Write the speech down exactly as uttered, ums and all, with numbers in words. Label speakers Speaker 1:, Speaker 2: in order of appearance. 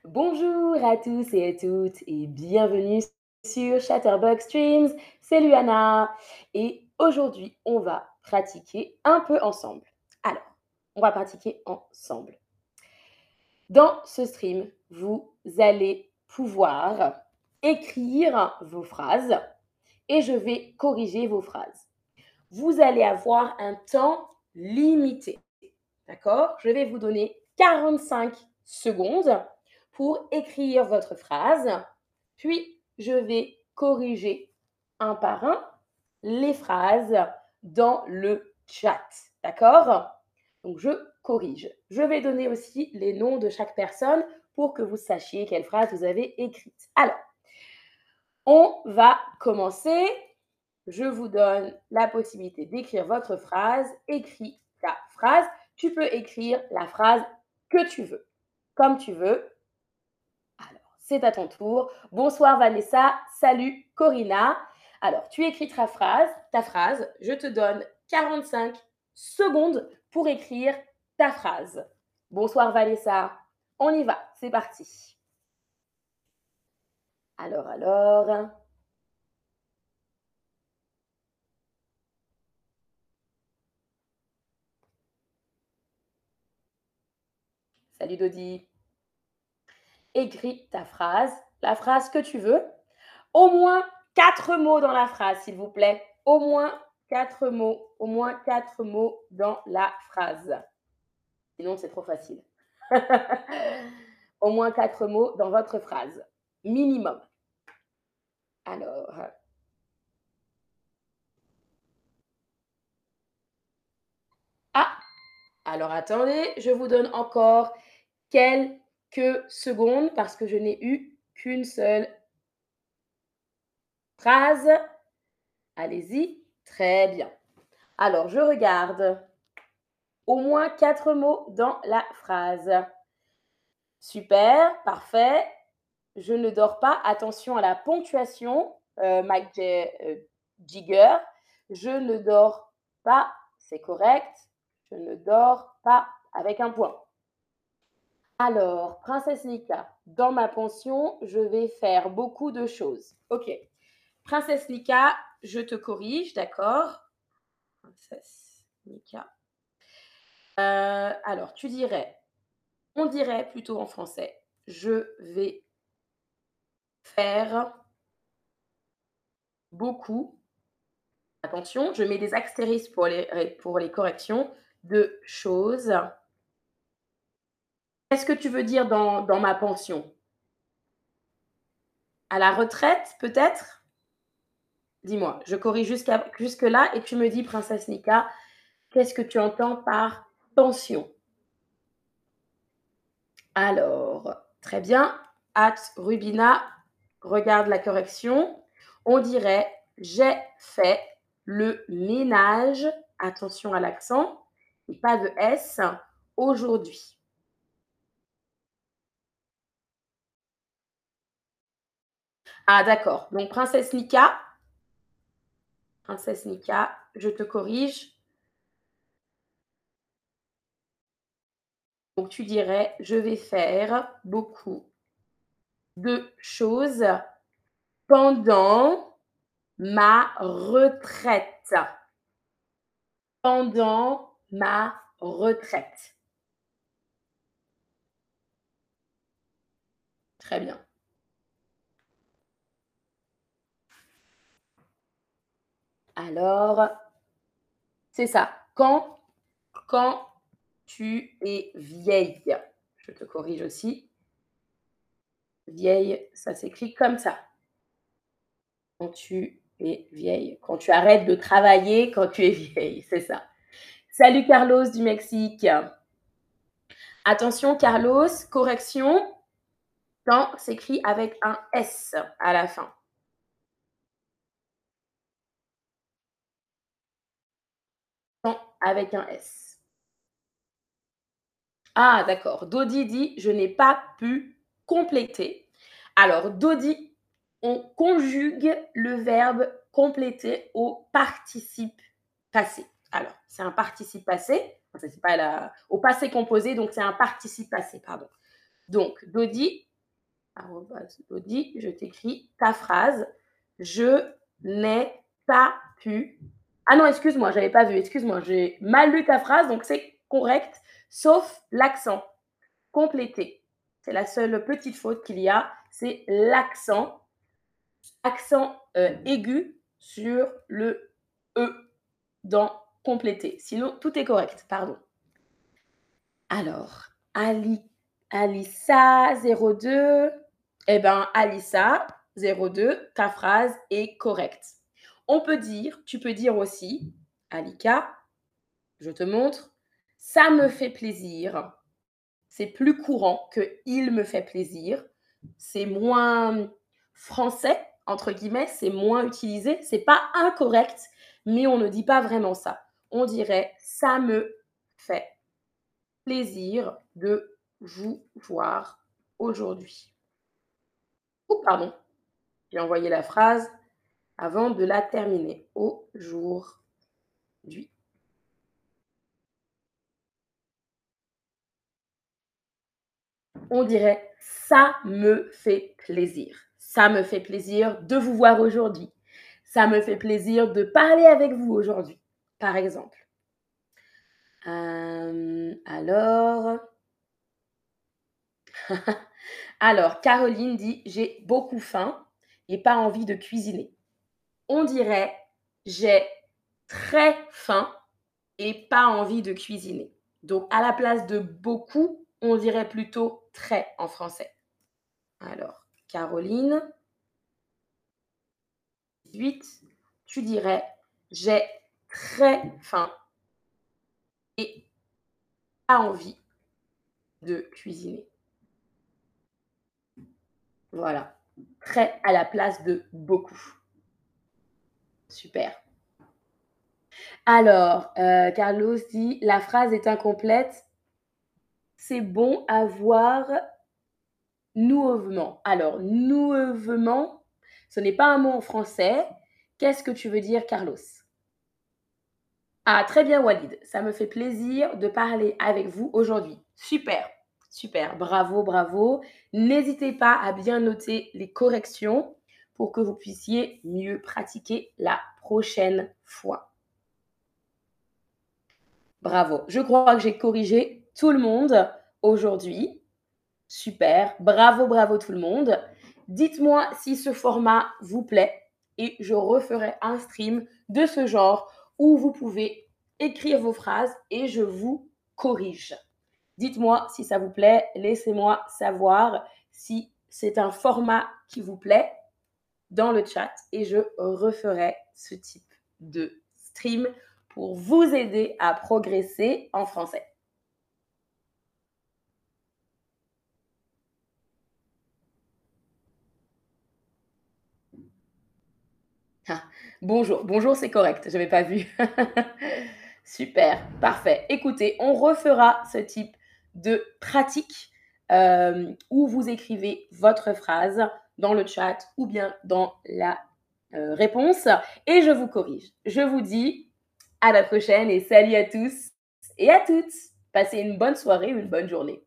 Speaker 1: Bonjour à tous et à toutes et bienvenue sur Chatterbox Streams. C'est Luana et aujourd'hui on va pratiquer un peu ensemble. Alors, on va pratiquer ensemble. Dans ce stream, vous allez pouvoir écrire vos phrases et je vais corriger vos phrases. Vous allez avoir un temps limité. D'accord? Je vais vous donner quarante-cinq secondes pour écrire votre phrase, puis je vais corriger un par un les phrases dans le chat. D'accord? Donc, je corrige. Je vais donner aussi les noms de chaque personne pour que vous sachiez quelle phrase vous avez écrite. Alors, on va commencer. Je vous donne la possibilité d'écrire votre phrase. Écris ta phrase. Tu peux écrire la phrase que tu veux, comme tu veux. Alors, c'est à ton tour. Bonsoir Vanessa. Salut Corinna. Alors, tu écris ta phrase, ta phrase. Je te donne quarante-cinq secondes pour écrire ta phrase. Bonsoir Vanessa. On y va. C'est parti. Alors, alors. Salut Dodi. Écris ta phrase, la phrase que tu veux. Au moins quatre mots dans la phrase, s'il vous plaît. Au moins quatre mots. Au moins quatre mots dans la phrase. Sinon, c'est trop facile. Au moins quatre mots dans votre phrase. Minimum. Alors. Ah, alors attendez, je vous donne encore quelques secondes parce que je n'ai eu qu'une seule phrase. Allez-y. Très bien. Alors, je regarde. Au moins quatre mots dans la phrase. Super, parfait. Je ne dors pas. Attention à la ponctuation. Euh, Mike J- euh, Jigger. Je ne dors pas. C'est correct. Je ne dors pas avec un point. Alors, Princesse Nika, dans ma pension, je vais faire beaucoup de choses. Ok. Princesse Nika, je te corrige, d'accord? Princesse Nika. Euh, alors, tu dirais, on dirait plutôt en français, je vais faire beaucoup, attention, je mets des astérisques pour les, pour les corrections, de choses. Qu'est-ce que tu veux dire dans, dans ma pension? À la retraite, peut-être? Dis-moi, je corrige jusqu'à, jusque-là et tu me dis, Princesse Nika, qu'est-ce que tu entends par pension? Alors, très bien. At Rubina, regarde la correction. On dirait j'ai fait le ménage, attention à l'accent, et pas de S, aujourd'hui. Ah, d'accord. Donc, Princesse Nika, Princesse Nika, je te corrige. Donc, tu dirais je vais faire beaucoup de choses pendant ma retraite. Pendant ma retraite. Très bien. Alors, c'est ça. Quand, quand tu es vieille. Je te corrige aussi. Vieille, ça s'écrit comme ça. Quand tu es vieille. Quand tu arrêtes de travailler, quand tu es vieille, c'est ça. Salut Carlos du Mexique. Attention Carlos, correction. Quand s'écrit avec un S à la fin. Quand avec un S. Ah, d'accord. Dodi dit, je n'ai pas pu compléter. Alors, Dodi, on conjugue le verbe compléter au participe passé. Alors, c'est un participe passé. C'est pas la, au passé composé, donc c'est un participe passé, pardon. Donc, Dodi, arobase Lodi, je t'écris ta phrase. Je n'ai pas pu. Ah non, excuse-moi, j'avais pas vu. Excuse-moi, j'ai mal lu ta phrase, donc c'est correct, sauf l'accent. Compléter. C'est la seule petite faute qu'il y a, c'est l'accent. Accent euh, aigu sur le E dans compléter. Sinon, tout est correct, pardon. Alors, Ali, Alissa zéro deux, eh bien, Alissa zéro deux, ta phrase est correcte. On peut dire, tu peux dire aussi, Alika, je te montre, ça me fait plaisir. C'est plus courant que il me fait plaisir. C'est moins français, entre guillemets, c'est moins utilisé. C'est pas incorrect, mais on ne dit pas vraiment ça. On dirait ça me fait plaisir de vous voir aujourd'hui. Oh, pardon, j'ai envoyé la phrase avant de la terminer. Aujourd'hui. On dirait ça me fait plaisir. Ça me fait plaisir de vous voir aujourd'hui. Ça me fait plaisir de parler avec vous aujourd'hui, par exemple. Euh, alors, alors, Caroline dit j'ai beaucoup faim et pas envie de cuisiner. On dirait j'ai très faim et pas envie de cuisiner. Donc, à la place de beaucoup, on dirait plutôt très en français. Alors, Caroline, dix-huit, tu dirais j'ai très faim et pas envie de cuisiner. Voilà. Très à la place de beaucoup. Super. Alors, euh, Carlos dit la phrase est incomplète. C'est bon à voir nouveusement. Alors, nouveusement, ce n'est pas un mot en français. Qu'est-ce que tu veux dire, Carlos? Ah, très bien, Walid. Ça me fait plaisir de parler avec vous aujourd'hui. Super, super. Bravo, bravo. N'hésitez pas à bien noter les corrections pour que vous puissiez mieux pratiquer la prochaine fois. Bravo. Je crois que j'ai corrigé tout le monde aujourd'hui. Super. Bravo, bravo tout le monde. Dites-moi si ce format vous plaît et je referai un stream de ce genre où vous pouvez écrire vos phrases et je vous corrige. Dites-moi si ça vous plaît. Laissez-moi savoir si c'est un format qui vous plaît dans le chat et je referai ce type de stream pour vous aider à progresser en français. Ah, bonjour, bonjour, c'est correct, je n'avais pas vu. Super, parfait. Écoutez, on refera ce type de pratique euh, où vous écrivez votre phrase dans le chat ou bien dans la euh, réponse et je vous corrige. Je vous dis à la prochaine et salut à tous et à toutes. Passez une bonne soirée ou une bonne journée.